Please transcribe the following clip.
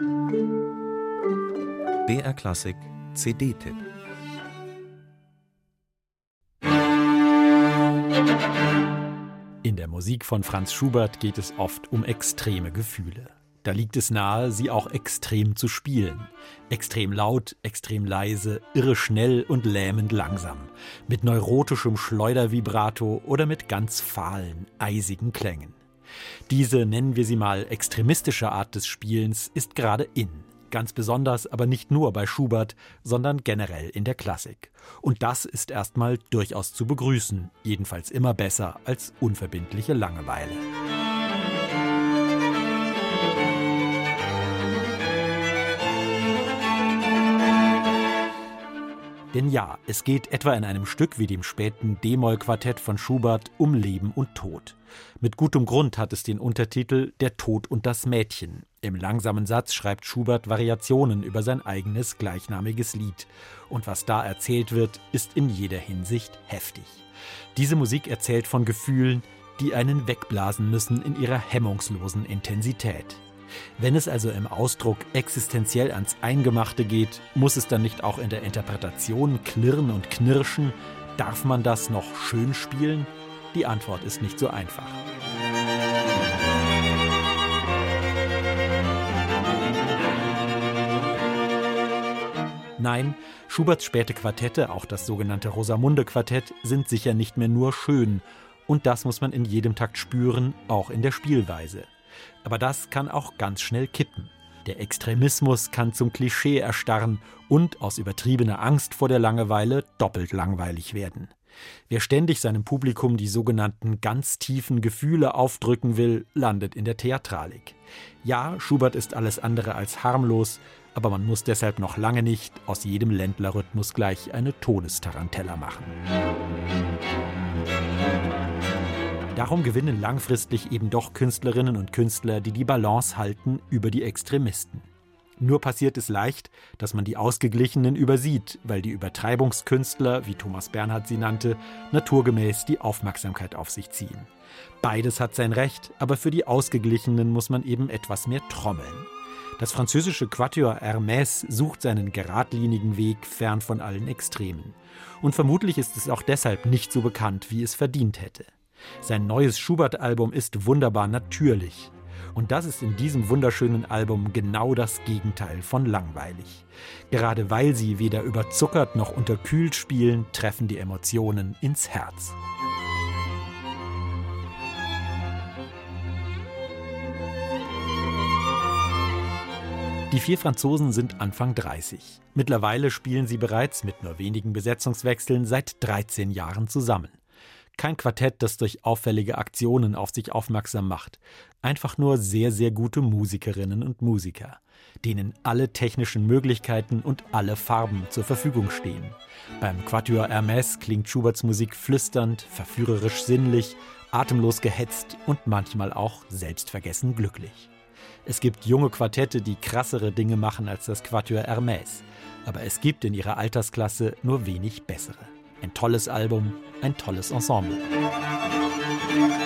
BR Klassik CD-Tipp. In der Musik von Franz Schubert geht es oft um extreme Gefühle. Da liegt es nahe, sie auch extrem zu spielen. Extrem laut, extrem leise, irre schnell und lähmend langsam. Mit neurotischem Schleudervibrato oder mit ganz fahlen, eisigen Klängen. Diese, nennen wir sie mal, extremistische Art des Spielens ist gerade in. Ganz besonders aber nicht nur bei Schubert, sondern generell in der Klassik. Und das ist erstmal durchaus zu begrüßen, jedenfalls immer besser als unverbindliche Langeweile. Denn ja, es geht etwa in einem Stück wie dem späten D-Moll-Quartett von Schubert um Leben und Tod. Mit gutem Grund hat es den Untertitel »Der Tod und das Mädchen«. Im langsamen Satz schreibt Schubert Variationen über sein eigenes gleichnamiges Lied. Und was da erzählt wird, ist in jeder Hinsicht heftig. Diese Musik erzählt von Gefühlen, die einen wegblasen müssen in ihrer hemmungslosen Intensität. Wenn es also im Ausdruck existenziell ans Eingemachte geht, muss es dann nicht auch in der Interpretation klirren und knirschen? Darf man das noch schön spielen? Die Antwort ist nicht so einfach. Nein, Schuberts späte Quartette, auch das sogenannte Rosamunde-Quartett, sind sicher nicht mehr nur schön. Und das muss man in jedem Takt spüren, auch in der Spielweise. Aber das kann auch ganz schnell kippen. Der Extremismus kann zum Klischee erstarren und aus übertriebener Angst vor der Langeweile doppelt langweilig werden. Wer ständig seinem Publikum die sogenannten ganz tiefen Gefühle aufdrücken will, landet in der Theatralik. Ja, Schubert ist alles andere als harmlos, aber man muss deshalb noch lange nicht aus jedem Ländler-Rhythmus gleich eine Todestarantella machen. Darum gewinnen langfristig eben doch Künstlerinnen und Künstler, die die Balance halten über die Extremisten. Nur passiert es leicht, dass man die Ausgeglichenen übersieht, weil die Übertreibungskünstler, wie Thomas Bernhard sie nannte, naturgemäß die Aufmerksamkeit auf sich ziehen. Beides hat sein Recht, aber für die Ausgeglichenen muss man eben etwas mehr trommeln. Das französische Quatuor Hermès sucht seinen geradlinigen Weg fern von allen Extremen. Und vermutlich ist es auch deshalb nicht so bekannt, wie es verdient hätte. Sein neues Schubert-Album ist wunderbar natürlich. Und das ist in diesem wunderschönen Album genau das Gegenteil von langweilig. Gerade weil sie weder überzuckert noch unterkühlt spielen, treffen die Emotionen ins Herz. Die 4 Franzosen sind Anfang 30. Mittlerweile spielen sie bereits mit nur wenigen Besetzungswechseln seit 13 Jahren zusammen. Kein Quartett, das durch auffällige Aktionen auf sich aufmerksam macht. Einfach nur sehr, sehr gute Musikerinnen und Musiker, denen alle technischen Möglichkeiten und alle Farben zur Verfügung stehen. Beim Quatuor Hermès klingt Schuberts Musik flüsternd, verführerisch sinnlich, atemlos gehetzt und manchmal auch selbstvergessen glücklich. Es gibt junge Quartette, die krassere Dinge machen als das Quatuor Hermès. Aber es gibt in ihrer Altersklasse nur wenig bessere. Ein tolles Album, ein tolles Ensemble.